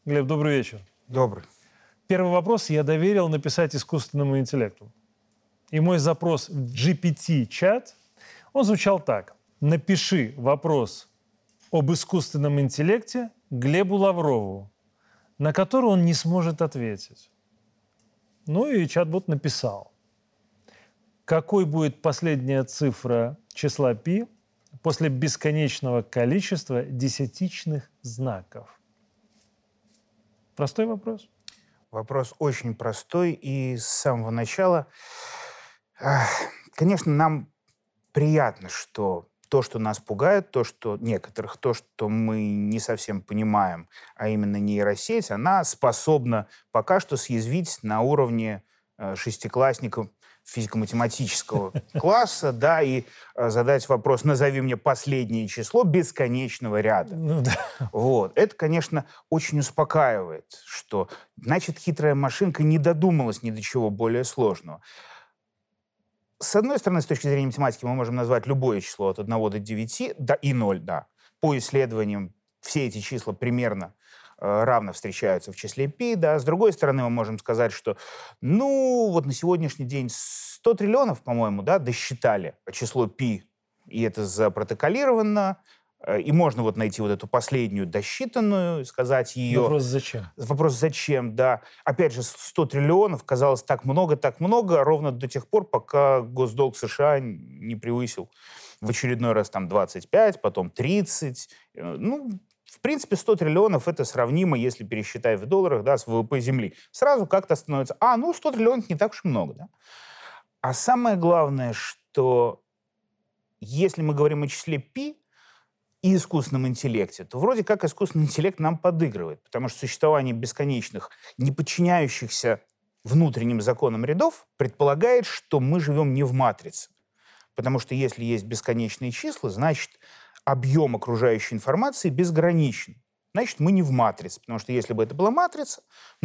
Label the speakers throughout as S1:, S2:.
S1: Глеб, добрый вечер.
S2: Добрый.
S1: Первый вопрос я доверил написать искусственному интеллекту. И мой запрос в GPT-чат, он звучал так. Напиши вопрос об искусственном интеллекте Глебу Лаврову, на который он не сможет ответить. Ну и чат-бот написал. Какой будет последняя цифра числа π после бесконечного количества десятичных знаков? Простой вопрос.
S2: Вопрос очень простой, и с самого начала, конечно, нам приятно, что то, что нас пугает, то, что некоторых, то, что мы не совсем понимаем, а именно нейросеть, она способна пока что съязвить на уровне шестиклассников физико-математического класса, да, и задать вопрос: назови мне последнее число бесконечного ряда.
S1: Ну да.
S2: Вот. Это, конечно, очень успокаивает, что, значит, хитрая машинка не додумалась ни до чего более сложного. С одной стороны, с точки зрения математики, мы можем назвать любое число от 1 до 9, да, и 0, да. По исследованиям все эти числа примерно равно встречаются в числе π, да. С другой стороны, мы можем сказать, что, ну, вот на сегодняшний день 100 триллионов, по-моему, да, досчитали число π, и это запротоколировано, и можно вот найти вот эту последнюю досчитанную, сказать ее...
S1: Вопрос зачем?
S2: Вопрос зачем, да. Опять же, 100 триллионов казалось так много, ровно до тех пор, пока госдолг США не превысил в очередной раз там 25, потом 30. Ну, в принципе, 100 триллионов это сравнимо, если пересчитать в долларах, да, с ВВП Земли. Сразу как-то становится, 100 триллионов не так уж и много, да. А самое главное, что если мы говорим о числе π и искусственном интеллекте, то вроде как искусственный интеллект нам подыгрывает, потому что существование бесконечных, не подчиняющихся внутренним законам рядов предполагает, что мы живем не в матрице. Потому что если есть бесконечные числа, значит, объем окружающей информации безграничен. Значит, мы не в матрице. Потому что если бы это была матрица,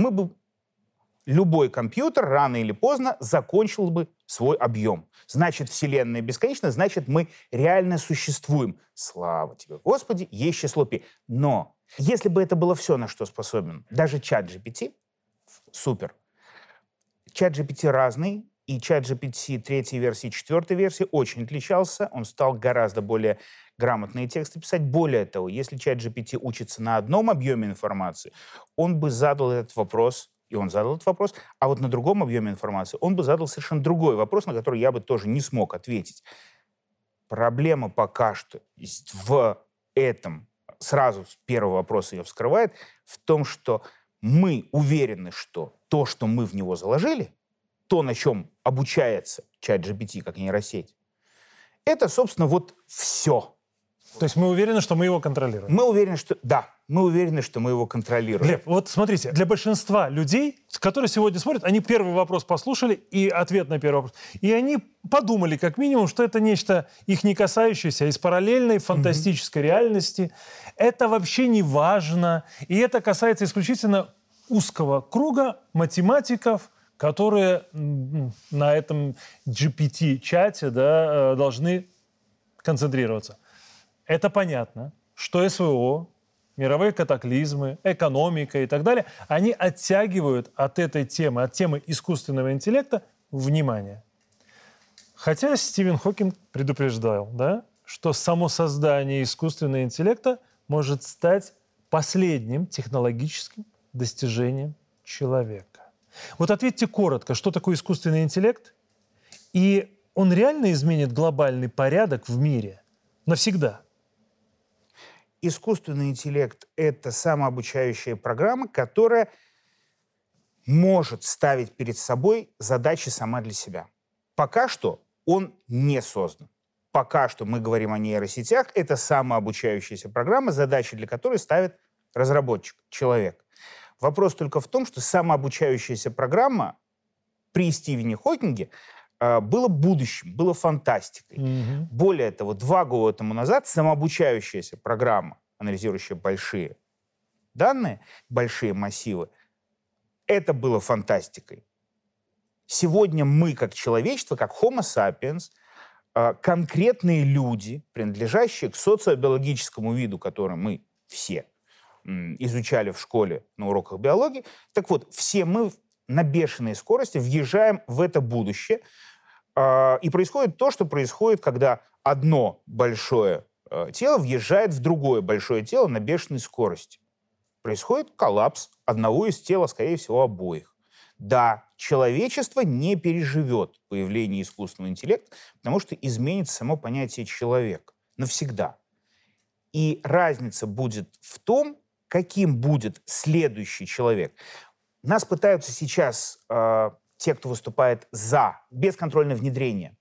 S2: любой компьютер рано или поздно закончил бы свой объем. Значит, Вселенная бесконечна, значит, мы реально существуем. Слава тебе, Господи, есть число π. Но если бы это было все, на что способен даже чат GPT, супер. Чат GPT разный, и чат GPT 3-й версии, 4-й версии очень отличался. Он стал гораздо более грамотные тексты писать. Более того, если чат GPT учится на одном объеме информации, он бы задал этот вопрос, и он задал этот вопрос, а вот на другом объеме информации он бы задал совершенно другой вопрос, на который я бы тоже не смог ответить. Проблема пока что в этом, сразу с первого вопроса ее вскрывает, в том, что мы уверены, что то, что мы в него заложили, то, на чем обучается чат GPT как нейросеть, это, собственно, вот все.
S1: То есть мы уверены, что мы его контролируем?
S2: Мы уверены, что мы его контролируем.
S1: Глеб, вот смотрите, для большинства людей, которые сегодня смотрят, они первый вопрос послушали и ответ на первый вопрос. И они подумали, как минимум, что это нечто их не касающееся, из параллельной фантастической реальности. Это вообще не важно. И это касается исключительно узкого круга математиков, которые на этом GPT-чате, да, должны концентрироваться. Это понятно, что СВО, мировые катаклизмы, экономика и так далее, они оттягивают от этой темы, от темы искусственного интеллекта, внимание. Хотя Стивен Хокинг предупреждал, да, что само создание искусственного интеллекта может стать последним технологическим достижением человека. Вот ответьте коротко, что такое искусственный интеллект, и он реально изменит глобальный порядок в мире навсегда?
S2: Искусственный интеллект — это самообучающая программа, которая может ставить перед собой задачи сама для себя. Пока что он не создан. Пока что мы говорим о нейросетях. Это самообучающаяся программа, задачи для которой ставит разработчик, человек. Вопрос только в том, что самообучающаяся программа при Стивене Хокинге было будущим, было фантастикой. Более того, 2 года тому назад самообучающаяся программа, анализирующая большие данные, большие массивы, это было фантастикой. Сегодня мы, как человечество, как Homo sapiens, конкретные люди, принадлежащие к социобиологическому виду, который мы все, изучали в школе на уроках биологии. Так вот, все мы на бешеной скорости въезжаем в это будущее. И происходит то, что происходит, когда одно большое тело въезжает в другое большое тело на бешеной скорости. Происходит коллапс одного из тел, а, скорее всего, обоих. Да, человечество не переживет появление искусственного интеллекта, потому что изменится само понятие «человек» навсегда. И разница будет в том, каким будет следующий человек. Нас пытаются сейчас те, кто выступает за бесконтрольное внедрение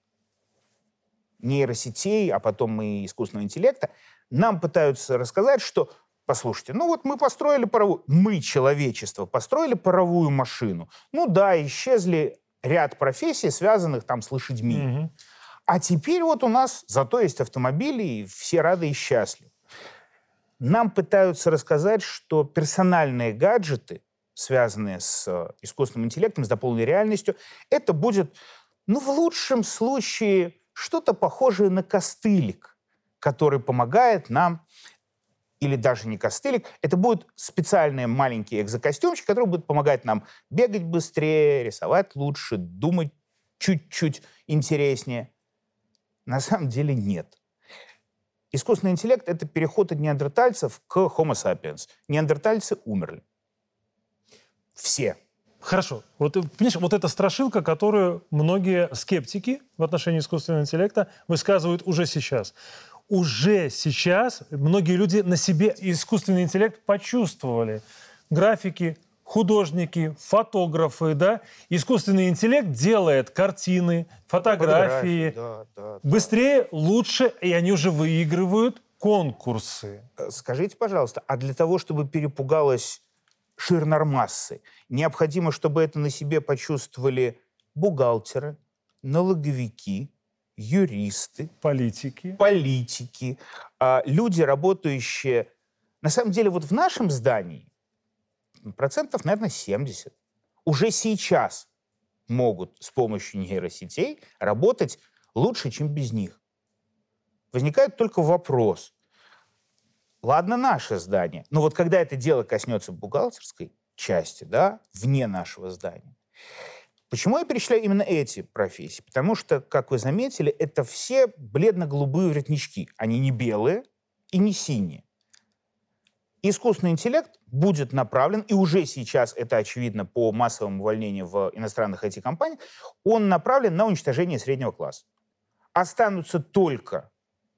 S2: нейросетей, а потом и искусственного интеллекта, нам пытаются рассказать, что, послушайте, ну вот мы построили мы, человечество, построили паровую машину. Ну да, исчезли ряд профессий, связанных там с лошадьми. Mm-hmm. А теперь вот у нас зато есть автомобили, и все рады и счастливы. Нам пытаются рассказать, что персональные гаджеты, связанные с искусственным интеллектом, с дополненной реальностью, это будет, ну, в лучшем случае, что-то похожее на костылик, который помогает нам, или даже не костылик, это будет специальный маленький экзокостюмчик, который будет помогать нам бегать быстрее, рисовать лучше, думать чуть-чуть интереснее. На самом деле нет. Искусственный интеллект — это переход от неандертальцев к Homo sapiens. Неандертальцы умерли. Все.
S1: Хорошо. Вот, понимаешь, вот эта страшилка, которую многие скептики в отношении искусственного интеллекта высказывают уже сейчас. Уже сейчас многие люди на себе искусственный интеллект почувствовали. Графики, художники, фотографы, да? Искусственный интеллект делает картины, фотографии. Да. Быстрее, лучше, и они уже выигрывают конкурсы.
S2: Скажите, пожалуйста, а для того, чтобы перепугалась ширнормассы, необходимо, чтобы это на себе почувствовали бухгалтеры, налоговики, юристы, политики, люди, работающие... На самом деле, вот в нашем здании процентов, наверное, 70 уже сейчас могут с помощью нейросетей работать лучше, чем без них. Возникает только вопрос. Ладно, наше здание, но вот когда это дело коснется бухгалтерской части, да, вне нашего здания, почему я перечисляю именно эти профессии? Потому что, как вы заметили, это все бледно-голубые воротнички. Они не белые и не синие. Искусственный интеллект будет направлен, и уже сейчас это очевидно по массовым увольнениям в иностранных IT-компаниях, он направлен на уничтожение среднего класса. Останутся только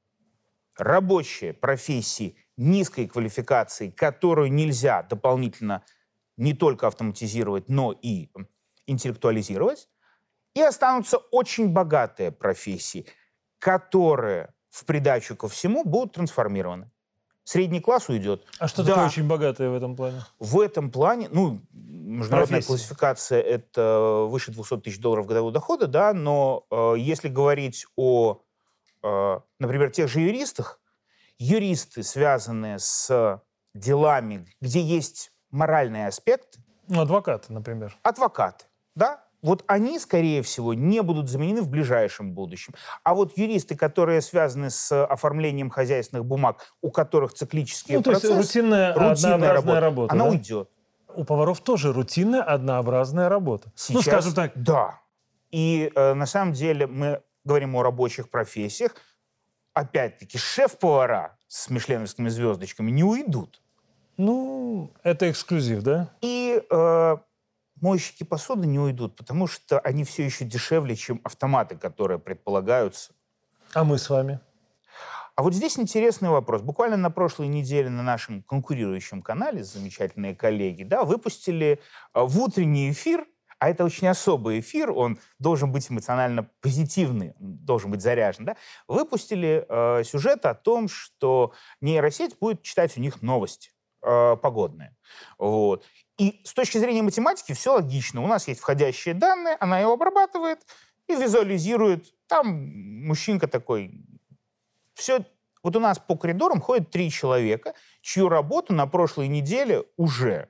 S2: рабочие профессии низкой квалификации, которую нельзя дополнительно не только автоматизировать, но и интеллектуализировать. И останутся очень богатые профессии, которые в придачу ко всему будут трансформированы. Средний класс уйдет.
S1: А что такое очень богатое в этом плане?
S2: В этом плане, ну, международная классификация — это выше $200 тысяч годового дохода, да, но если говорить о, например, тех же юристах, юристы, связанные с делами, где есть моральный аспект.
S1: Ну, адвокаты, например.
S2: Адвокаты, да. Вот они, скорее всего, не будут заменены в ближайшем будущем. А вот юристы, которые связаны с оформлением хозяйственных бумаг, у которых циклические процессы...
S1: То есть рутинная однообразная работа,
S2: она
S1: да?
S2: уйдет.
S1: У поваров тоже рутинная однообразная работа.
S2: Сейчас,
S1: ну, скажем так.
S2: Да. И на самом деле мы говорим о рабочих профессиях. Опять-таки, шеф-повара с мишленовскими звездочками не уйдут.
S1: Ну, это эксклюзив, да?
S2: И мойщики посуды не уйдут, потому что они все еще дешевле, чем автоматы, которые предполагаются.
S1: А мы с вами?
S2: А вот здесь интересный вопрос. Буквально на прошлой неделе на нашем конкурирующем канале замечательные коллеги, да, выпустили в утренний эфир, а это очень особый эфир, он должен быть эмоционально позитивный, должен быть заряжен, да, выпустили сюжет о том, что нейросеть будет читать у них новости погодные. Вот. И с точки зрения математики все логично. У нас есть входящие данные, она его обрабатывает и визуализирует. Там мужчинка такой. Все. Вот у нас по коридорам ходят 3 человека, чью работу на прошлой неделе уже.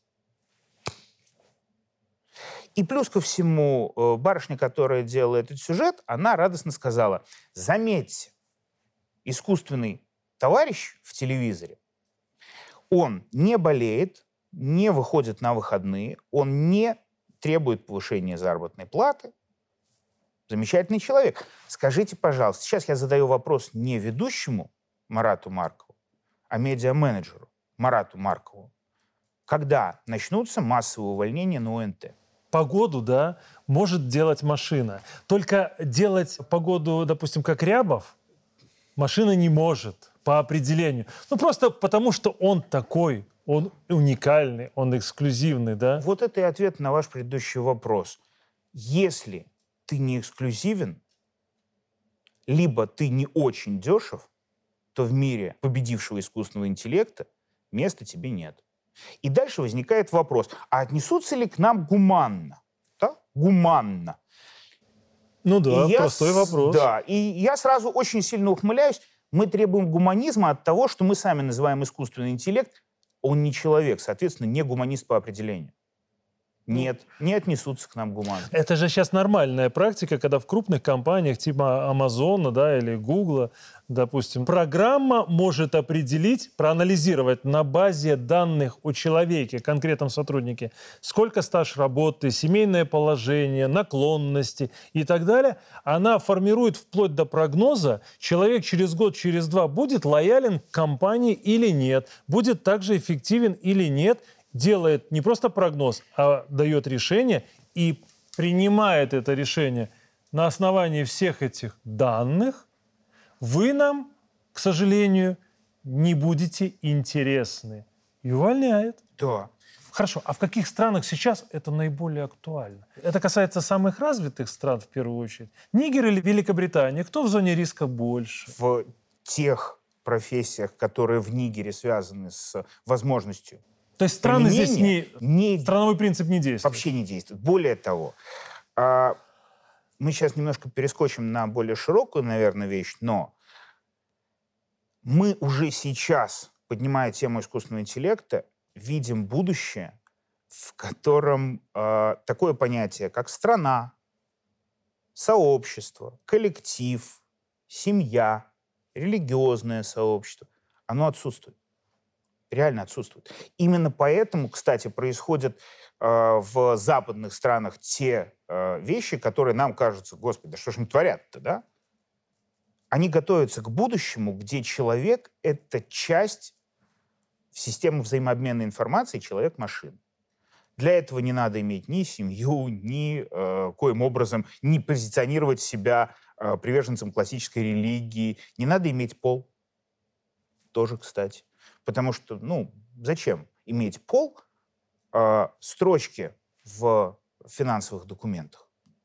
S2: И плюс ко всему, барышня, которая делала этот сюжет, она радостно сказала: заметьте, искусственный товарищ в телевизоре Он не болеет, не выходит на выходные, он не требует повышения заработной платы. Замечательный человек. Скажите, пожалуйста, сейчас я задаю вопрос не ведущему Марату Маркову, а медиа-менеджеру Марату Маркову. Когда начнутся массовые увольнения на ОНТ?
S1: Погоду, да, может делать машина. Только делать погоду, допустим, как Рябов, машина не может по определению. Ну, просто потому, что он такой, он уникальный, он эксклюзивный, да?
S2: Вот это и ответ на ваш предыдущий вопрос. Если ты не эксклюзивен, либо ты не очень дешев, то в мире победившего искусственного интеллекта места тебе нет. И дальше возникает вопрос, а отнесутся ли к нам гуманно? Да? Гуманно.
S1: Ну да, простой вопрос.
S2: Да, и я сразу очень сильно ухмыляюсь. Мы требуем гуманизма от того, что мы сами называем искусственный интеллект. Он не человек, соответственно, не гуманист по определению. Нет, не отнесутся к нам гуманно.
S1: Это же сейчас нормальная практика, когда в крупных компаниях типа Амазона, да, или Гугла, допустим, программа может определить, проанализировать на базе данных о человеке, конкретном сотруднике, сколько стаж работы, семейное положение, наклонности и так далее. Она формирует вплоть до прогноза, человек через год, через два будет лоялен к компании или нет, будет также эффективен или нет, делает не просто прогноз, а дает решение и принимает это решение на основании всех этих данных. Вы нам, к сожалению, не будете интересны. И увольняет.
S2: Да.
S1: Хорошо, а в каких странах сейчас это наиболее актуально? Это касается самых развитых стран в первую очередь. Нигер или Великобритания? Кто в зоне риска больше?
S2: В тех профессиях, которые в Нигере связаны с возможностью
S1: То есть страны здесь
S2: не
S1: страновой принцип не действует?
S2: вообще не действует. Более того, мы сейчас немножко перескочим на более широкую, наверное, вещь, но мы уже сейчас, поднимая тему искусственного интеллекта, видим будущее, в котором такое понятие, как страна, сообщество, коллектив, семья, религиозное сообщество, оно отсутствует. Реально отсутствует. Именно поэтому, кстати, происходят в западных странах те вещи, которые нам кажутся, господи, да что ж им творят-то, да? Они готовятся к будущему, где человек — это часть системы взаимообмена информацией человек-машина. Для этого не надо иметь ни семью, ни коим образом не позиционировать себя приверженцем классической религии. Не надо иметь пол. Тоже, кстати. Потому что, зачем иметь пол, строчки в финансовых документах?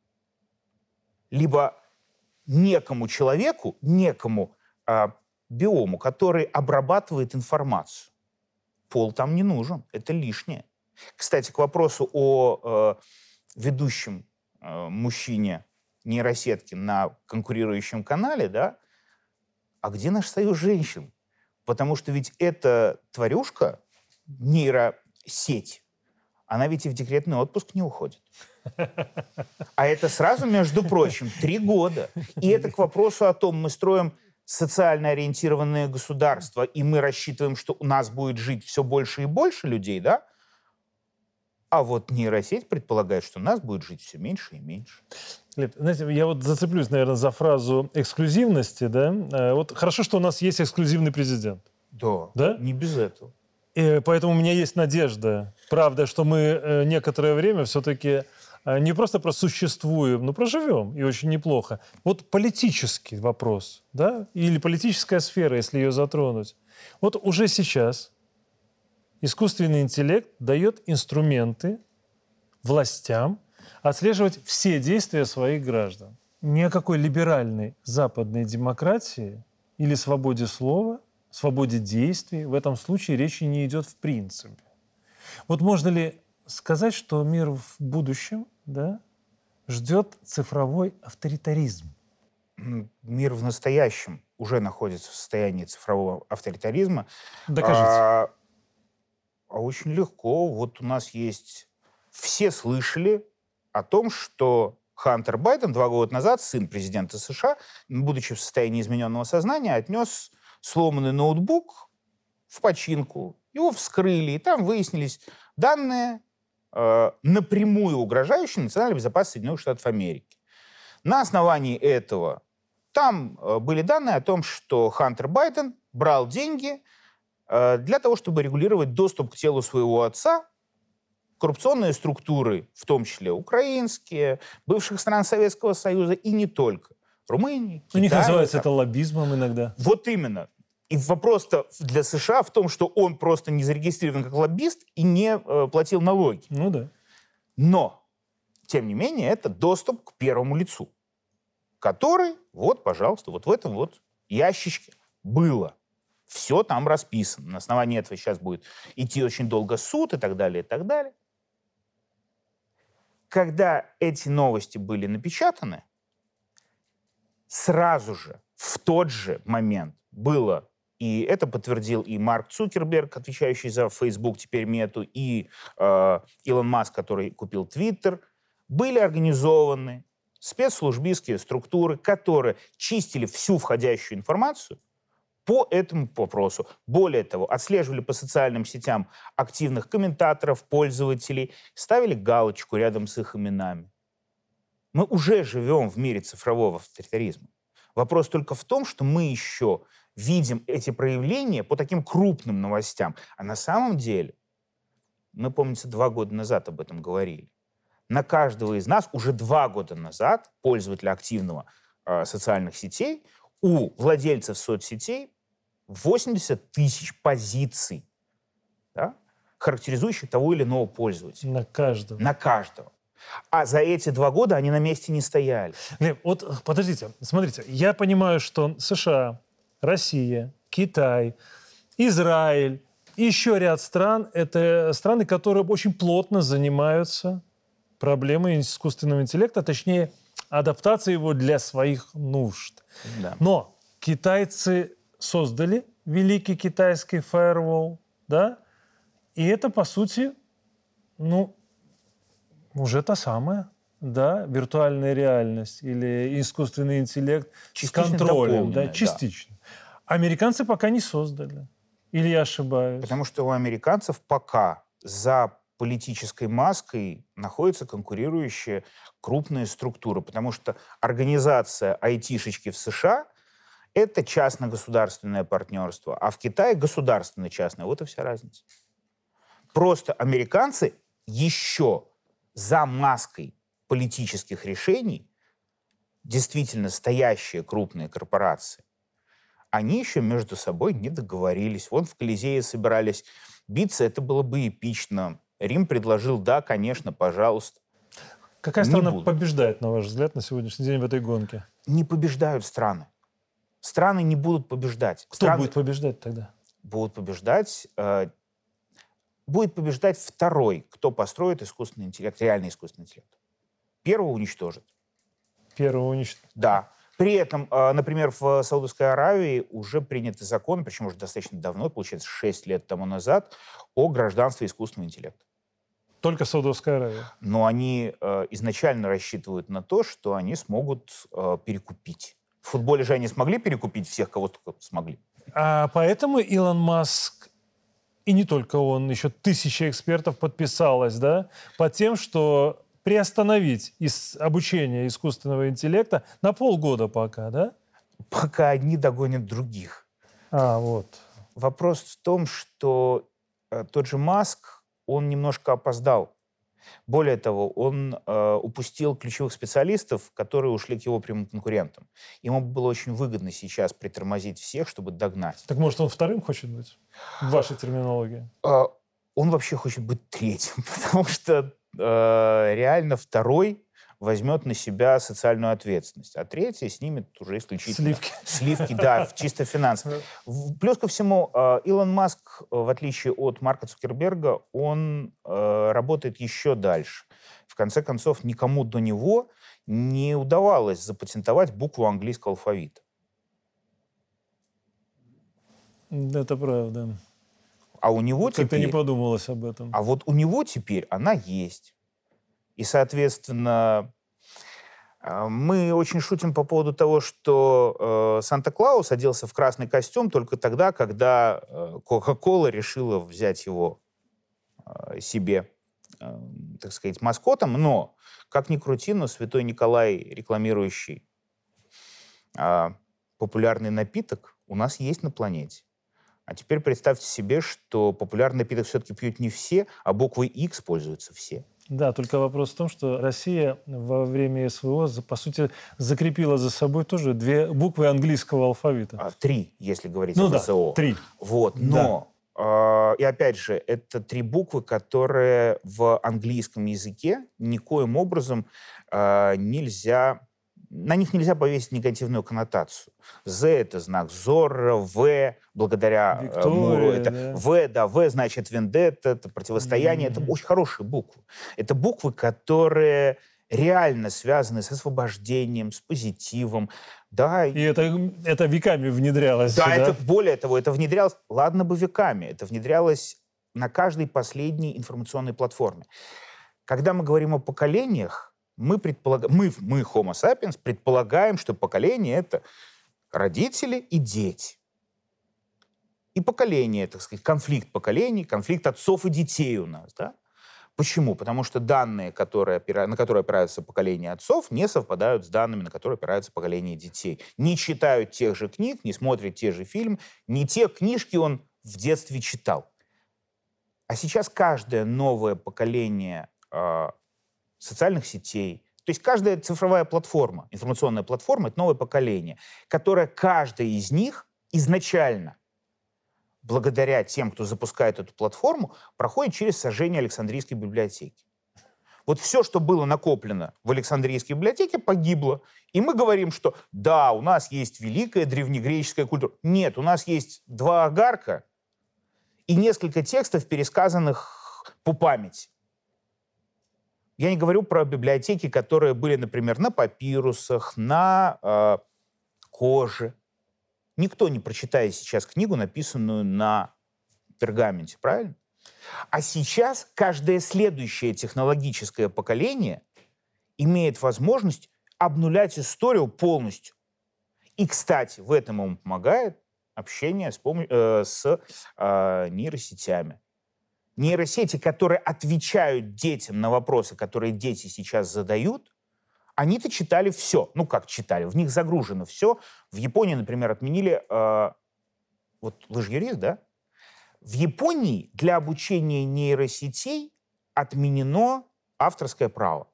S2: Либо некому человеку, некому биому, который обрабатывает информацию. Пол там не нужен, это лишнее. Кстати, к вопросу о ведущем мужчине нейросетки на конкурирующем канале, да? А где наш союз женщин? Потому что ведь эта тварюшка, нейросеть, она ведь и в декретный отпуск не уходит. А это сразу, между прочим, 3 года. И это к вопросу о том, мы строим социально ориентированное государство, и мы рассчитываем, что у нас будет жить все больше и больше людей, да? А вот нейросеть предполагает, что у нас будет жить все меньше и меньше.
S1: Знаете, я вот зацеплюсь, наверное, за фразу эксклюзивности, да? Вот хорошо, что у нас есть эксклюзивный президент.
S2: Да? Не без этого.
S1: И поэтому у меня есть надежда, правда, что мы некоторое время все-таки не просто просуществуем, но проживем, и очень неплохо. Вот политический вопрос, да? Или политическая сфера, если ее затронуть. Вот уже сейчас искусственный интеллект дает инструменты властям отслеживать все действия своих граждан. Ни о какой либеральной западной демократии или свободе слова, свободе действий в этом случае речи не идет в принципе. Вот можно ли сказать, что мир в будущем, да, ждет цифровой авторитаризм?
S2: Мир в настоящем уже находится в состоянии цифрового авторитаризма.
S1: Докажите.
S2: Очень легко. Вот у нас есть... Все слышали о том, что Хантер Байден 2 года назад, сын президента США, будучи в состоянии измененного сознания, отнес сломанный ноутбук в починку Его вскрыли, и там выяснились данные, напрямую угрожающие национальной безопасности Соединенных Штатов Америки. На основании этого там были данные о том, что Хантер Байден брал деньги для того, чтобы регулировать доступ к телу своего отца, коррупционные структуры, в том числе украинские, бывших стран Советского Союза и не только. Румынии, Китая.
S1: У них называется это лоббизмом иногда.
S2: Вот именно. И вопрос-то для США в том, что он просто не зарегистрирован как лоббист и не платил налоги.
S1: Ну да.
S2: Но, тем не менее, это доступ к первому лицу, который, вот, пожалуйста, вот в этом вот ящичке было. Все там расписано. На основании этого сейчас будет идти очень долго суд и так далее, и так далее. Когда эти новости были напечатаны, сразу же, в тот же момент было, и это подтвердил и Марк Цукерберг, отвечающий за Facebook, теперь Мету, и Илон Маск, который купил Твиттер, были организованы спецслужбистские структуры, которые чистили всю входящую информацию по этому вопросу. Более того, отслеживали по социальным сетям активных комментаторов, пользователей, ставили галочку рядом с их именами. Мы уже живем в мире цифрового авторитаризма. Вопрос только в том, что мы еще видим эти проявления по таким крупным новостям. А на самом деле, мы, помнится, 2 года назад об этом говорили. На каждого из нас уже 2 года назад, пользователя активного социальных сетей, у владельцев соцсетей 80 тысяч позиций, да, характеризующих того или иного пользователя.
S1: На каждого.
S2: На каждого. А за эти 2 года они на месте не стояли.
S1: Глеб, вот подождите, смотрите, я понимаю, что США, Россия, Китай, Израиль, и еще ряд стран, это страны, которые очень плотно занимаются проблемой искусственного интеллекта, точнее, адаптацией его для своих нужд.
S2: Да.
S1: Но китайцы создали великий китайский firewall, да, и это, по сути, ну, уже та самая, да, виртуальная реальность или искусственный интеллект
S2: Частично
S1: с контролем, да,
S2: дополненная,
S1: частично. Американцы пока не создали. Или я ошибаюсь?
S2: Потому что у американцев пока за политической маской находятся конкурирующие крупные структуры. Потому что организация айтишечки в США — это частно-государственное партнерство, а в Китае государственно-частное. Вот и вся разница. Просто американцы еще за маской политических решений, действительно стоящие крупные корпорации, они еще между собой не договорились. Вон в Колизее собирались биться, это было бы эпично. Рим предложил: да, конечно, пожалуйста.
S1: Какая страна побеждает, на ваш взгляд, на сегодняшний день в этой гонке?
S2: Не побеждают страны. Страны не будут побеждать.
S1: Кто будет побеждать тогда?
S2: Будет побеждать второй, кто построит искусственный интеллект, реальный искусственный интеллект. Первого уничтожит.
S1: Первого уничтожит.
S2: Да. При этом, например, в Саудовской Аравии уже приняты законы, причем уже достаточно давно, получается, 6 лет тому назад, о гражданстве искусственного интеллекта.
S1: Только в Саудовской Аравии?
S2: Но они изначально рассчитывают на то, что они смогут перекупить. В футболе же они смогли перекупить всех, кого только смогли.
S1: А поэтому Илон Маск, и не только он, еще 1000 экспертов подписалось, да, под тем, что приостановить обучение искусственного интеллекта на полгода пока, да?
S2: Пока одни догонят других.
S1: Вот.
S2: Вопрос в том, что тот же Маск, он немножко опоздал. Более того, он упустил ключевых специалистов, которые ушли к его прямым конкурентам. Ему было очень выгодно сейчас притормозить всех, чтобы догнать.
S1: Так может, он вторым хочет быть? В вашей терминологии.
S2: Он вообще хочет быть третьим, потому что реально второй возьмет на себя социальную ответственность, а третий снимет уже исключительно... Сливки, да, чисто финансово. Плюс ко всему, Илон Маск, в отличие от Марка Цукерберга, он работает еще дальше. В конце концов, никому до него не удавалось запатентовать букву английского алфавита.
S1: Это правда.
S2: А у него теперь...
S1: Как-то не подумалось об этом.
S2: А вот у него теперь она есть. И, соответственно, Мы очень шутим по поводу того, что Санта-Клаус оделся в красный костюм только тогда, когда Кока-Кола решила взять его себе, так сказать, маскотом. Но, как ни крути, но святой Николай, рекламирующий популярный напиток, у нас есть на планете. А теперь представьте себе, что популярный напиток все-таки пьют не все, а буквой X пользуются все.
S1: Да, только вопрос в том, что Россия во время СВО, по сути, закрепила за собой тоже 2 буквы английского алфавита.
S2: 3, если говорить
S1: Ну
S2: о
S1: да,
S2: ФЗО.
S1: 3.
S2: Вот, но, и опять же, это 3 буквы, которые в английском языке никоим образом нельзя... На них нельзя повесить негативную коннотацию. «З» — это знак Зорро, «В» благодаря Муру. Это
S1: да.
S2: «В», да, «В» значит вендетта, это противостояние. Это очень хорошие буквы. Это буквы, которые реально связаны с освобождением, с позитивом. Да,
S1: И это веками внедрялось.
S2: да, это, более того, это внедрялось, ладно бы веками, это внедрялось на каждой последней информационной платформе. Когда мы говорим о поколениях, мы, Homo sapiens, предполагаем, что поколение — это родители и дети. И поколение, так сказать, конфликт поколений, конфликт отцов и детей у нас. Да? Почему? Потому что данные, на которые опираются поколения отцов, не совпадают с данными, на которые опираются поколения детей. Не читают тех же книг, не смотрят те же фильмы, не те книжки он в детстве читал. А сейчас каждое новое поколение социальных сетей, то есть каждая цифровая платформа, информационная платформа — это новое поколение, которое каждая из них изначально, благодаря тем, кто запускает эту платформу, проходит через сожжение Александрийской библиотеки. Вот все, что было накоплено в Александрийской библиотеке, погибло. И мы говорим, что да, у нас есть великая древнегреческая культура. Нет, у нас есть 2 агарка и несколько текстов, пересказанных по памяти. Я не говорю про библиотеки, которые были, например, на папирусах, на коже. Никто не прочитает сейчас книгу, написанную на пергаменте, правильно? А сейчас каждое следующее технологическое поколение имеет возможность обнулять историю полностью. И, кстати, в этом ему помогает общение с нейросетями. Нейросети, которые отвечают детям на вопросы, которые дети сейчас задают, они-то читали все. Ну, как читали? В них загружено все. В Японии, например, отменили... вот вы же юрист, да? В Японии для обучения нейросетей отменено авторское право.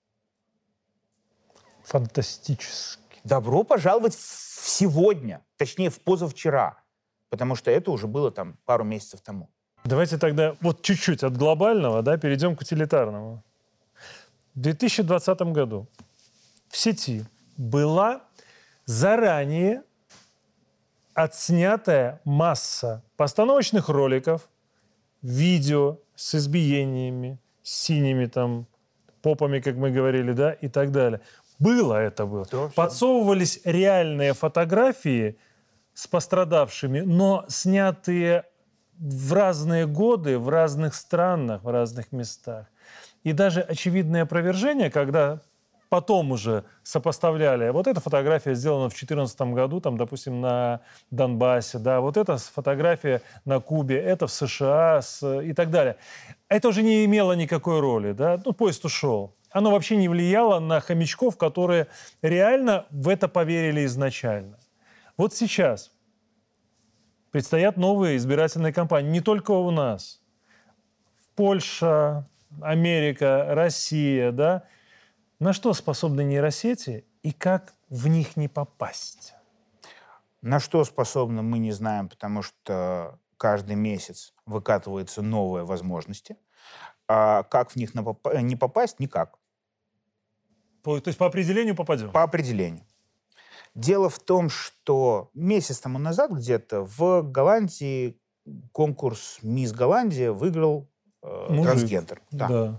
S1: Фантастически.
S2: Добро пожаловать в сегодня. Точнее, в позавчера. Потому что это уже было там пару месяцев тому.
S1: Давайте тогда вот чуть-чуть от глобального, да, перейдем к утилитарному. В 2020 году в сети была заранее отснятая масса постановочных роликов, видео с избиениями, с синими там попами, как мы говорили, да, и так далее. Было. Подсовывались реальные фотографии с пострадавшими, но снятые в разные годы, в разных странах, в разных местах. И даже очевидное опровержение, когда потом уже сопоставляли, вот эта фотография сделана в 2014 году, там, допустим, на Донбассе, да, вот эта фотография на Кубе, это в США и так далее. Это уже не имело никакой роли, да, ну, поезд ушел. Оно вообще не влияло на хомячков, которые реально в это поверили изначально. Вот сейчас предстоят новые избирательные кампании, не только у нас. Польша, Америка, Россия, да. На что способны нейросети и как в них не попасть?
S2: На что способны, мы не знаем, потому что каждый месяц выкатываются новые возможности. А как в них не попасть? Никак.
S1: То есть по определению попадем?
S2: По определению. Дело в том, что месяц тому назад где-то в Голландии конкурс «Мисс Голландия» выиграл трансгендер.
S1: Да.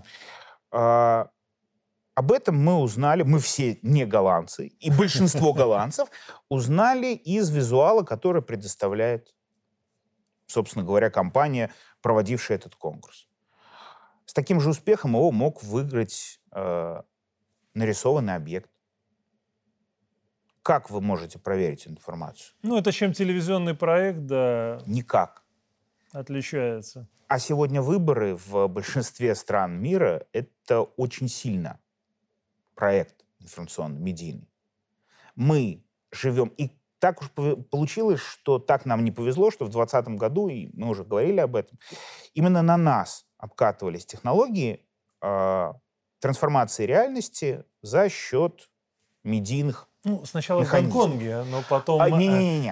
S2: Об этом мы узнали, мы все не голландцы, и большинство голландцев узнали из визуала, который предоставляет, собственно говоря, компания, проводившая этот конкурс. С таким же успехом его мог выиграть нарисованный объект. Как вы можете проверить информацию?
S1: Ну, это чем телевизионный проект, да,
S2: Никак.
S1: отличается.
S2: А сегодня выборы в большинстве стран мира — это очень сильно проект информационный, медийный. Мы живем... И так уж получилось, что так нам не повезло, что в 2020 году, и мы уже говорили об этом, именно на нас обкатывались технологии трансформации реальности за счет медийных
S1: Ну, сначала
S2: механизмов.
S1: в Гонконге, но потом...
S2: Не-не-не.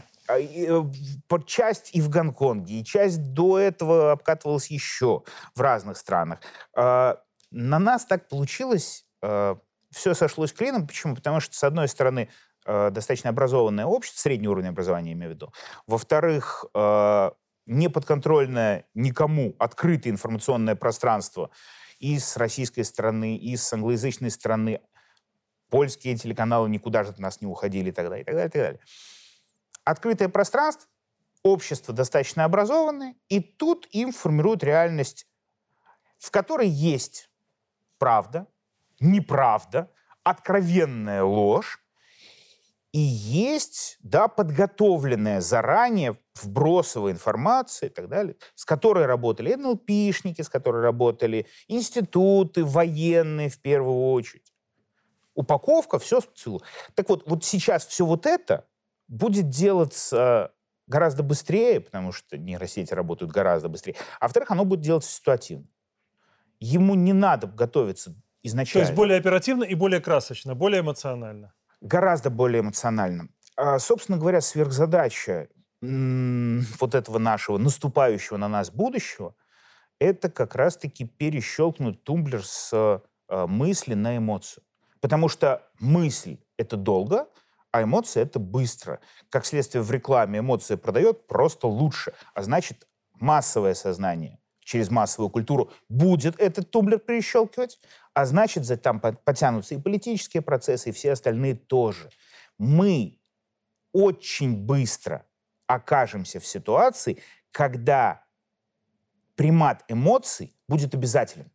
S2: Часть и в Гонконге, и часть до этого обкатывалась еще в разных странах. На нас так получилось, все сошлось клином. Почему? Потому что, с одной стороны, достаточно образованное общество, средний уровень образования, я имею в виду. Во-вторых, неподконтрольное никому открытое информационное пространство и с российской стороны, и с англоязычной стороны. Польские телеканалы никуда же от нас не уходили и так далее, и так далее, и так далее. Открытое пространство, общество достаточно образованное, и тут им формируют реальность, в которой есть правда, неправда, откровенная ложь, и есть, да, подготовленная заранее вбросовая информация и так далее, с которой работали НЛПшники, с которой работали институты военные в первую очередь. Упаковка, все цело. Так вот, вот сейчас все вот это будет делаться гораздо быстрее, потому что нейросети работают гораздо быстрее. А во-вторых, оно будет делаться ситуативно. Ему не надо готовиться изначально.
S1: То есть более оперативно и более красочно, более эмоционально.
S2: Гораздо более эмоционально. Собственно говоря, сверхзадача вот этого нашего наступающего на нас будущего — это как раз-таки перещелкнуть тумблер с мысли на эмоцию. Потому что мысль — это долго, а эмоции — это быстро. Как следствие, в рекламе эмоции продает просто лучше. А значит, массовое сознание через массовую культуру будет этот тумблер перещелкивать, а значит, там потянутся и политические процессы, и все остальные тоже. Мы очень быстро окажемся в ситуации, когда примат эмоций будет обязателен.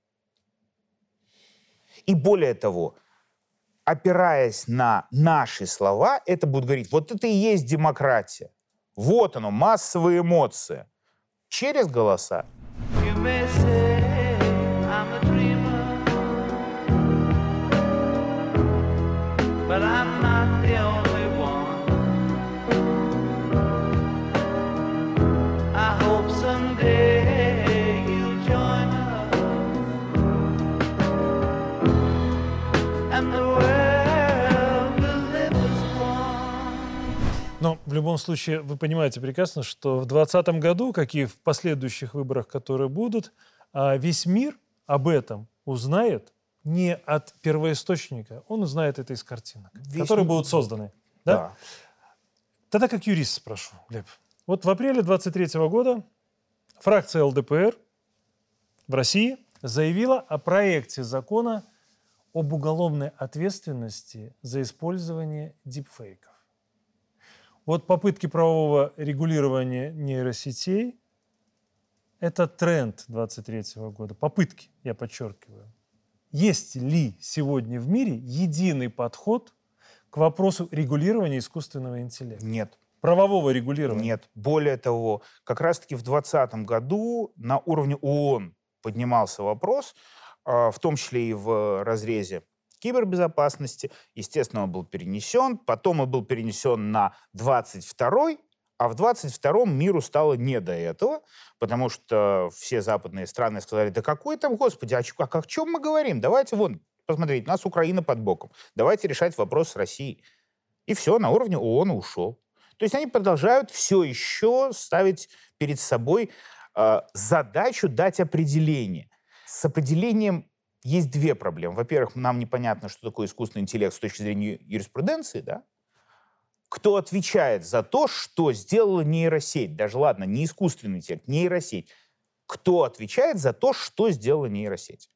S2: И более того, опираясь на наши слова, это будет говорить, вот это и есть демократия. Вот оно, массовые эмоции. Через голоса.
S1: Но в любом случае вы понимаете прекрасно, что в 2020 году, как и в последующих выборах, которые будут, весь мир об этом узнает не от первоисточника, он узнает это из картинок, которые будут созданы. Да? Тогда как юрист спрошу, Глеб. Вот в апреле 2023 года фракция ЛДПР в России заявила о проекте закона об уголовной ответственности за использование дипфейков. Вот попытки правового регулирования нейросетей – это тренд 2023 года. Попытки, я подчеркиваю. Есть ли сегодня в мире единый подход к вопросу регулирования искусственного интеллекта?
S2: Нет.
S1: Правового регулирования?
S2: Нет. Более того, как раз-таки в 2020 году на уровне ООН поднимался вопрос, в том числе и в разрезе кибербезопасности. Естественно, он был перенесен. Потом он был перенесен на 22-й, а в 22-м миру стало не до этого, потому что все западные страны сказали, да какой там, господи, о чем мы говорим? Давайте, вон, посмотрите, у нас Украина под боком. Давайте решать вопрос с Россией. И все, на уровне ООН ушел. То есть они продолжают все еще ставить перед собой задачу дать определение. С определением есть две проблемы. Во-первых, нам непонятно, что такое искусственный интеллект с точки зрения юриспруденции, да? Кто отвечает за то, что сделала нейросеть? Даже, ладно, не искусственный интеллект, нейросеть. Кто отвечает за то, что сделала нейросеть?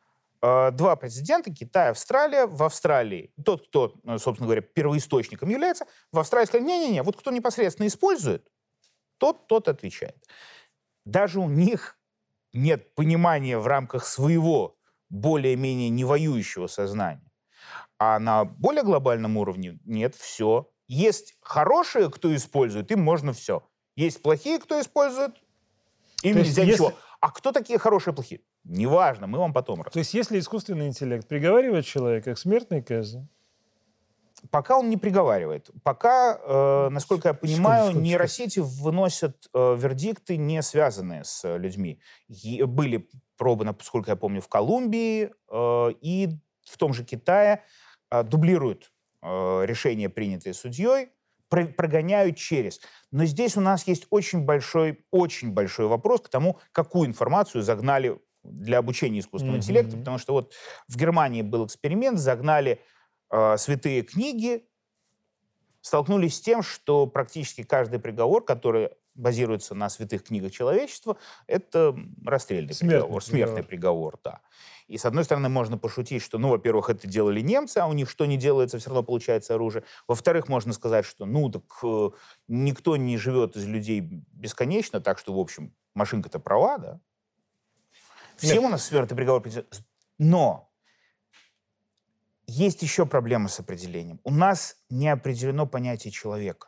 S2: Два президента, Китай, Австралия. В Австралии тот, кто, собственно говоря, первоисточником является, в Австралии сказали, не-не-не, вот кто непосредственно использует, тот отвечает. Даже у них нет понимания в рамках своего более-менее не воюющего сознания. А на более глобальном уровне нет, все. Есть хорошие, кто использует, им можно все. Есть плохие, кто использует, им
S1: То есть
S2: нельзя
S1: если-
S2: ничего. А кто такие хорошие и плохие? Неважно, мы вам потом расскажем.
S1: То есть если искусственный интеллект приговаривает человека к смертной казни,
S2: Пока он не приговаривает. Пока, насколько я понимаю,
S1: Секунду.
S2: нейросети выносят вердикты, не связанные с людьми. Были пробы, насколько я помню, в Колумбии и в том же Китае дублируют решения, принятые судьей, прогоняют через. Но здесь у нас есть очень большой вопрос к тому, какую информацию загнали для обучения искусственного интеллекта, потому что вот в Германии был эксперимент, загнали святые книги, столкнулись с тем, что практически каждый приговор, который базируется на святых книгах человечества, это расстрельный приговор, смертный приговор, да. И, с одной стороны, можно пошутить, что, ну, во-первых, это делали немцы, а у них что не делается, все равно получается оружие. Во-вторых, можно сказать, что, ну, так никто не живет из людей бесконечно, так что, в общем, машинка-то права, да. Всем у нас смертный приговор. Но есть еще проблема с определением. У нас не определено понятие человека.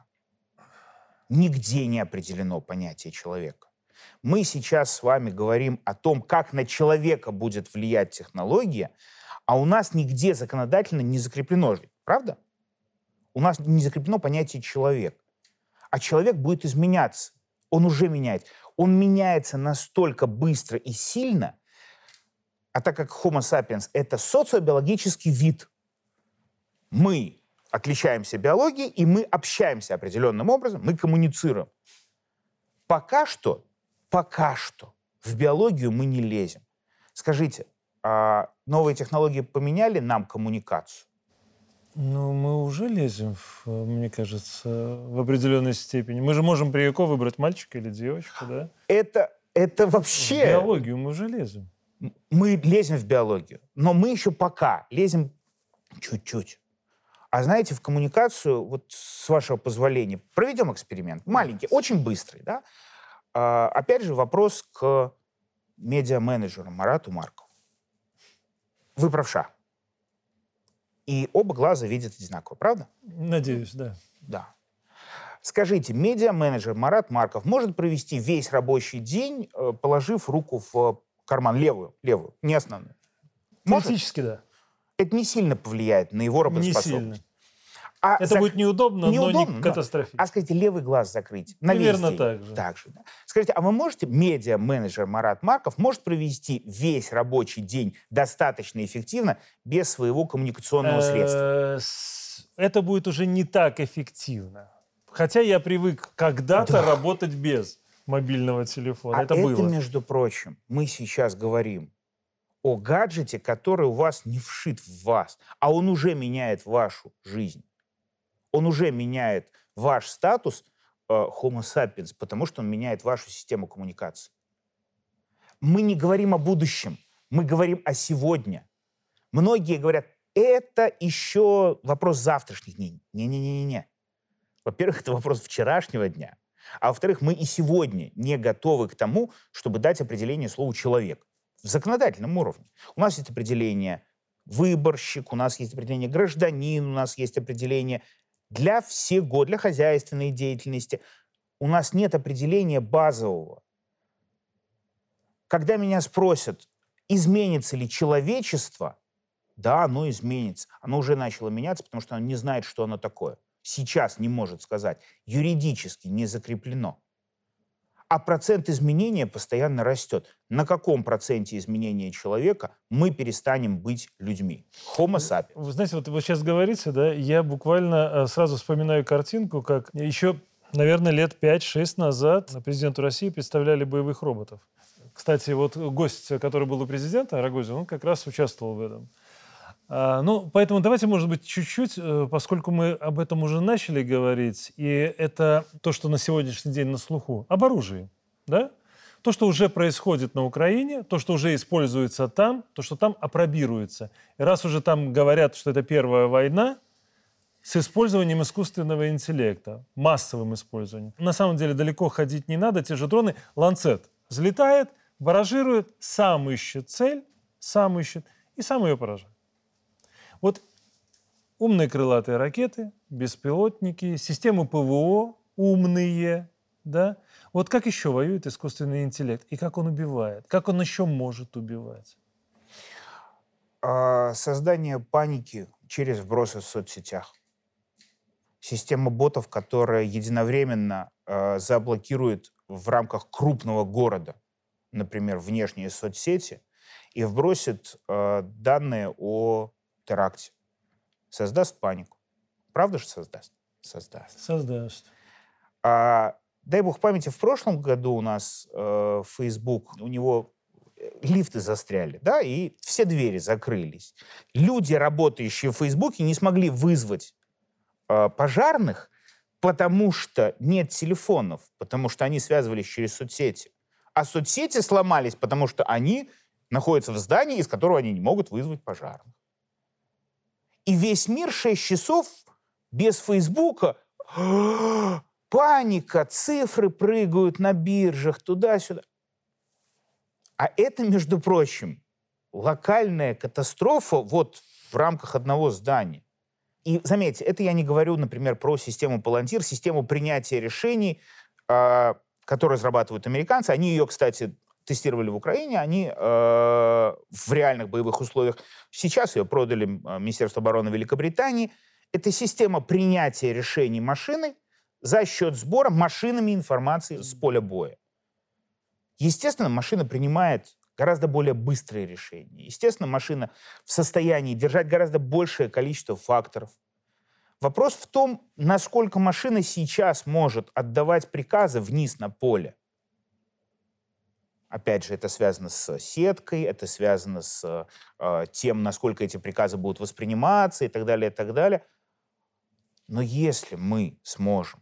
S2: Нигде не определено понятие человека. Мы сейчас с вами говорим о том, как на человека будет влиять технология, а у нас нигде законодательно не закреплено. Правда? У нас не закреплено понятие человек. А человек будет изменяться. Он уже меняет. Он меняется настолько быстро и сильно, а так как Homo sapiens — это социобиологический вид, мы отличаемся биологией, и мы общаемся определенным образом, мы коммуницируем. Пока что в биологию мы не лезем. Скажите, а новые технологии поменяли нам коммуникацию?
S1: Ну, мы уже лезем, мне кажется, в определенной степени. Мы же можем при ЭКО выбрать мальчика или девочку, да?
S2: Это вообще...
S1: В биологию мы уже лезем.
S2: Мы лезем в биологию, но мы еще пока лезем чуть-чуть. А знаете, в коммуникацию, вот с вашего позволения, проведем эксперимент. Маленький, очень быстрый, да? Опять же, вопрос к медиа-менеджеру Марату Маркову. Вы правша. И оба глаза видят одинаково, правда?
S1: Надеюсь, да.
S2: Да. Скажите, медиа-менеджер Марат Марков может провести весь рабочий день, положив руку в карман, левую, не основную? Может?
S1: Теоретически, да.
S2: Это не сильно повлияет на его работоспособность.
S1: Не сильно. Это будет неудобно, но не катастрофически.
S2: А скажите, левый глаз закрыть?
S1: Примерно так же.
S2: Так же, да. Скажите, а вы можете, медиа-менеджер Марат Марков, может провести весь рабочий день достаточно эффективно без своего коммуникационного средства?
S1: Это будет уже не так эффективно. Хотя я привык когда-то работать без мобильного телефона. Это было.
S2: Между прочим, мы сейчас говорим о гаджете, который у вас не вшит в вас, а он уже меняет вашу жизнь. Он уже меняет ваш статус Homo sapiens, потому что он меняет вашу систему коммуникации. Мы не говорим о будущем, мы говорим о сегодня. Многие говорят, это еще вопрос завтрашних дней. Не-не-не-не. Во-первых, это вопрос вчерашнего дня. А во-вторых, мы и сегодня не готовы к тому, чтобы дать определение слову «человек» в законодательном уровне. У нас есть определение «выборщик», у нас есть определение «гражданин», у нас есть определение для всего, для хозяйственной деятельности. У нас нет определения базового. Когда меня спросят, изменится ли человечество, да, оно изменится. Оно уже начало меняться, потому что оно не знает, что оно такое. Сейчас не может сказать. Юридически не закреплено. А процент изменения постоянно растет. На каком проценте изменения человека мы перестанем быть людьми? Homo sapiens.
S1: Вы знаете, вот вы сейчас говорите, да, я буквально сразу вспоминаю картинку, как еще, наверное, лет 5-6 назад президенту России представляли боевых роботов. Кстати, вот гость, который был у президента, Рогозин, он как раз участвовал в этом. Ну, поэтому давайте, может быть, чуть-чуть, поскольку мы об этом уже начали говорить, и это то, что на сегодняшний день на слуху, об оружии, да? То, что уже происходит на Украине, то, что уже используется там, то, что там апробируется. И раз уже там говорят, что это первая война с использованием искусственного интеллекта, массовым использованием. На самом деле далеко ходить не надо, те же дроны. Ланцет взлетает, баражирует, сам ищет цель, сам ищет и сам ее поражает. Вот умные крылатые ракеты, беспилотники, системы ПВО умные, да? Вот как еще воюет искусственный интеллект? И как он убивает? Как он еще может убивать?
S2: Создание паники через вбросы в соцсетях. Система ботов, которая единовременно заблокирует в рамках крупного города, например, внешние соцсети, и вбросит данные о теракте. Создаст панику. Правда же создаст? Создаст.
S1: Создаст.
S2: Дай бог памяти, в прошлом году у нас Facebook, у него лифты застряли, да, и все двери закрылись. Люди, работающие в Фейсбуке, не смогли вызвать пожарных, потому что нет телефонов, потому что они связывались через соцсети. А соцсети сломались, потому что они находятся в здании, из которого они не могут вызвать пожарных. И весь мир 6 часов без Фейсбука. Паника, цифры прыгают на биржах, туда-сюда. А это, между прочим, локальная катастрофа вот в рамках одного здания. И заметьте, это я не говорю, например, про систему Palantir, систему принятия решений, которую разрабатывают американцы. Они ее, кстати, тестировали в Украине, они в реальных боевых условиях. Сейчас ее продали Министерству обороны Великобритании. Это система принятия решений машиной за счет сбора машинами информации с поля боя. Естественно, машина принимает гораздо более быстрые решения. Естественно, машина в состоянии держать гораздо большее количество факторов. Вопрос в том, насколько машина сейчас может отдавать приказы вниз на поле. Опять же, это связано с сеткой, это связано с тем, насколько эти приказы будут восприниматься и так далее, и так далее. Но если мы сможем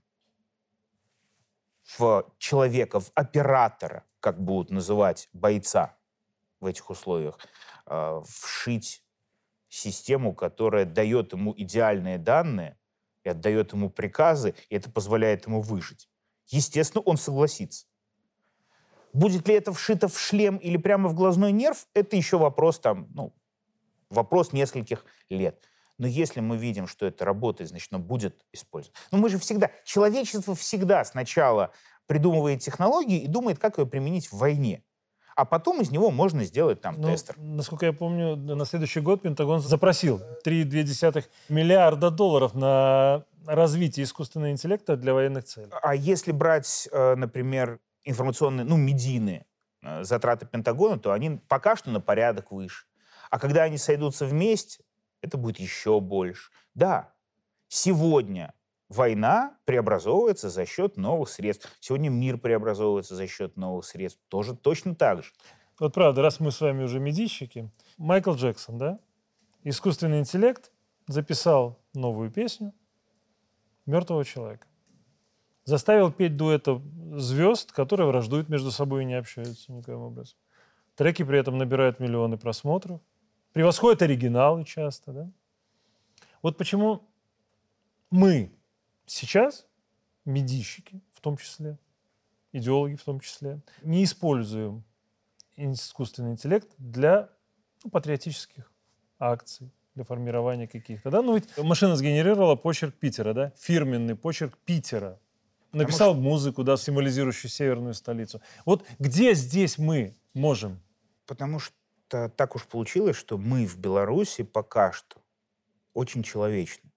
S2: в человека, в оператора, как будут называть бойца в этих условиях, вшить систему, которая дает ему идеальные данные и отдает ему приказы, и это позволяет ему выжить. Естественно, он согласится. Будет ли это вшито в шлем или прямо в глазной нерв, это еще вопрос, вопрос нескольких лет. Но если мы видим, что это работает, значит, оно будет использовано. Но мы же всегда, человечество всегда сначала придумывает технологии и думает, как ее применить в войне. А потом из него можно сделать тестер.
S1: Насколько я помню, на следующий год Пентагон запросил $3,2 миллиарда на развитие искусственного интеллекта для военных целей.
S2: А если брать, например, информационные, медийные затраты Пентагона, то они пока что на порядок выше. А когда они сойдутся вместе, это будет еще больше. Да, сегодня война преобразовывается за счет новых средств. Сегодня мир преобразовывается за счет новых средств. Тоже точно так же.
S1: Вот правда, раз мы с вами уже медийщики, Майкл Джексон, да? Искусственный интеллект записал новую песню «Мертвого человека». Заставил петь дуэта звезд, которые враждуют между собой и не общаются никаким образом. Треки при этом набирают миллионы просмотров. Превосходят оригиналы часто, да? Вот почему мы сейчас, медийщики в том числе, идеологи в том числе, не используем искусственный интеллект для патриотических акций, для формирования каких-то. Да? Ведь машина сгенерировала почерк Питера, да? Фирменный почерк Питера. Написал музыку, да, символизирующую северную столицу. Вот где здесь мы можем?
S2: Потому что так уж получилось, что мы в Беларуси пока что очень человечны.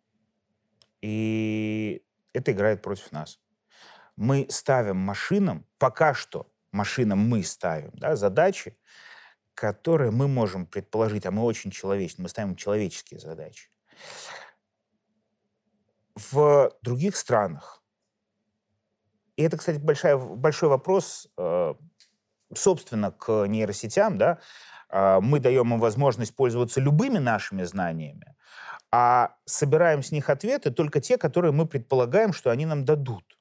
S2: И это играет против нас. Мы ставим машинам, пока что машинам мы ставим, да, задачи, которые мы можем предположить, а мы очень человечны, мы ставим человеческие задачи. В других странах, и это, кстати, большой вопрос, собственно, к нейросетям, да, мы даем им возможность пользоваться любыми нашими знаниями, а собираем с них ответы только те, которые мы предполагаем, что они нам дадут.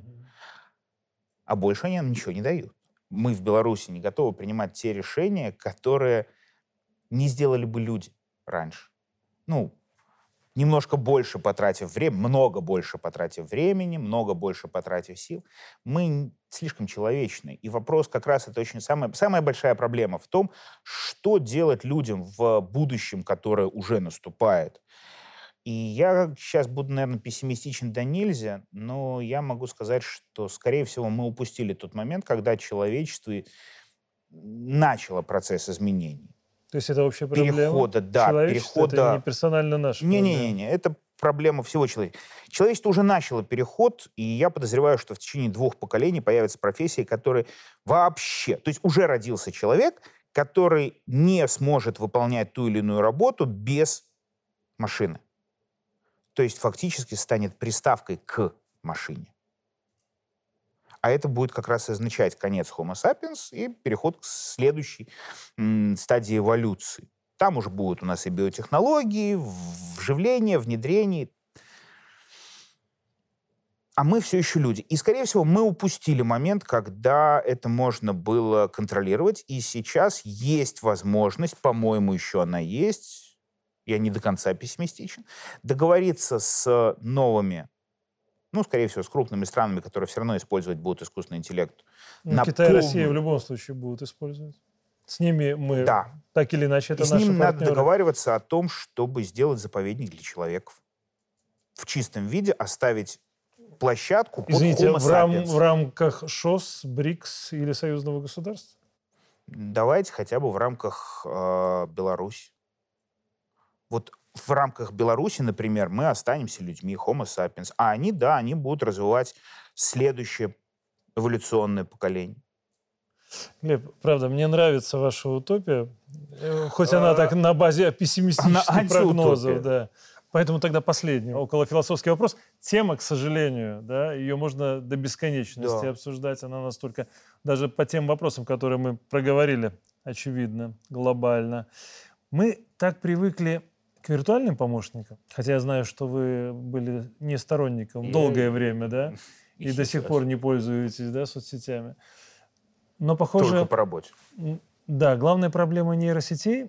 S2: А больше они нам ничего не дают. Мы в Беларуси не готовы принимать те решения, которые не сделали бы люди раньше. Немножко больше потратив время, много больше потратив времени, много больше потратив сил. Мы слишком человечны. И вопрос как раз это очень самая большая проблема в том, что делать людям в будущем, которое уже наступает. И я сейчас буду, наверное, пессимистичен до нельзя, но я могу сказать, что, скорее всего, мы упустили тот момент, когда человечество начало процесс изменений.
S1: То есть это общая проблема
S2: Перехода, да,
S1: человечества, это не
S2: перехода...
S1: персонально наша проблема.
S2: Не-не-не, это проблема всего человечества. Человечество уже начало переход, и я подозреваю, что в течение 2 поколений появятся профессии, которые вообще... То есть уже родился человек, который не сможет выполнять ту или иную работу без машины. То есть фактически станет приставкой к машине. А это будет как раз означать конец Homo sapiens и переход к следующей стадии эволюции. Там уже будут у нас и биотехнологии, вживление, внедрение. А мы все еще люди. И, скорее всего, мы упустили момент, когда это можно было контролировать. И сейчас есть возможность, по-моему, еще она есть, я не до конца пессимистичен, договориться с новыми, ну, скорее всего, с крупными странами, которые все равно использовать будут искусственный интеллект.
S1: Ну, Китай и Россия в любом случае будут использовать. С ними мы, так или иначе, это
S2: наши партнеры. И с ними надо договариваться о том, чтобы сделать заповедник для человеков. В чистом виде оставить площадку под
S1: Извините,
S2: Homo sapiens.
S1: в рамках ШОС, БРИКС или союзного государства?
S2: Давайте хотя бы в рамках Беларуси. Вот в рамках Беларуси, например, мы останемся людьми, Homo sapiens. А они, да, они будут развивать следующее эволюционное поколение.
S1: Глеб, правда, мне нравится ваша утопия, хоть она так на базе пессимистических прогнозов. Да. Поэтому тогда последний, околофилософский вопрос. Тема, к сожалению, да, ее можно до бесконечности обсуждать. Она настолько, даже по тем вопросам, которые мы проговорили, очевидно, глобально. Мы так привыкли к виртуальным помощникам, хотя я знаю, что вы были не сторонником долгое время, да, и до сих пор не пользуетесь, да, соцсетями. Но, похоже...
S2: Только по работе.
S1: Да, главная проблема нейросетей,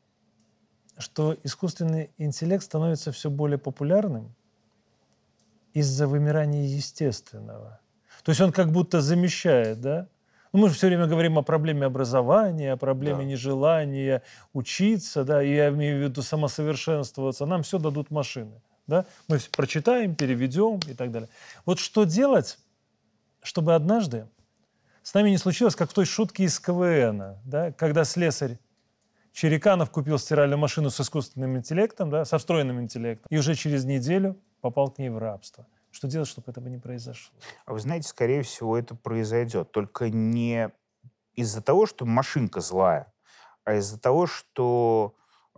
S1: что искусственный интеллект становится все более популярным из-за вымирания естественного. То есть он как будто замещает, да? Ну, мы же все время говорим о проблеме образования, о проблеме нежелания учиться, да, и я имею в виду самосовершенствоваться. Нам все дадут машины, да? Мы все прочитаем, переведем и так далее. Вот что делать, чтобы однажды с нами не случилось, как в той шутке из КВН, да, когда слесарь Чириканов купил стиральную машину с искусственным интеллектом, да, со встроенным интеллектом, и уже через неделю попал к ней в рабство. Что делать, чтобы этого не произошло?
S2: А вы знаете, скорее всего, это произойдет. Только не из-за того, что машинка злая, а из-за того, что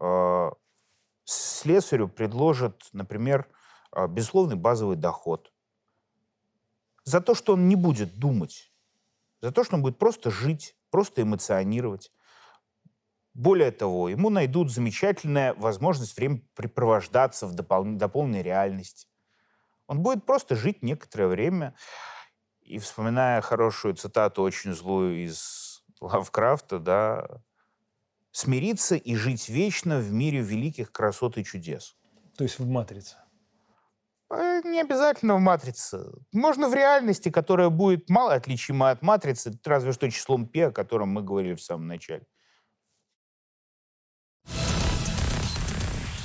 S2: слесарю предложат, например, безусловный базовый доход. За то, что он не будет думать. За то, что он будет просто жить, просто эмоционировать. Более того, ему найдут замечательную возможность времяпрепровождаться до полной реальности. Он будет просто жить некоторое время. И, вспоминая хорошую цитату, очень злую из Лавкрафта, да, смириться и жить вечно в мире великих красот и чудес.
S1: То есть в «Матрице»?
S2: Не обязательно в «Матрице». Можно в реальности, которая будет мало отличима от «Матрицы», разве что числом π, о котором мы говорили в самом начале.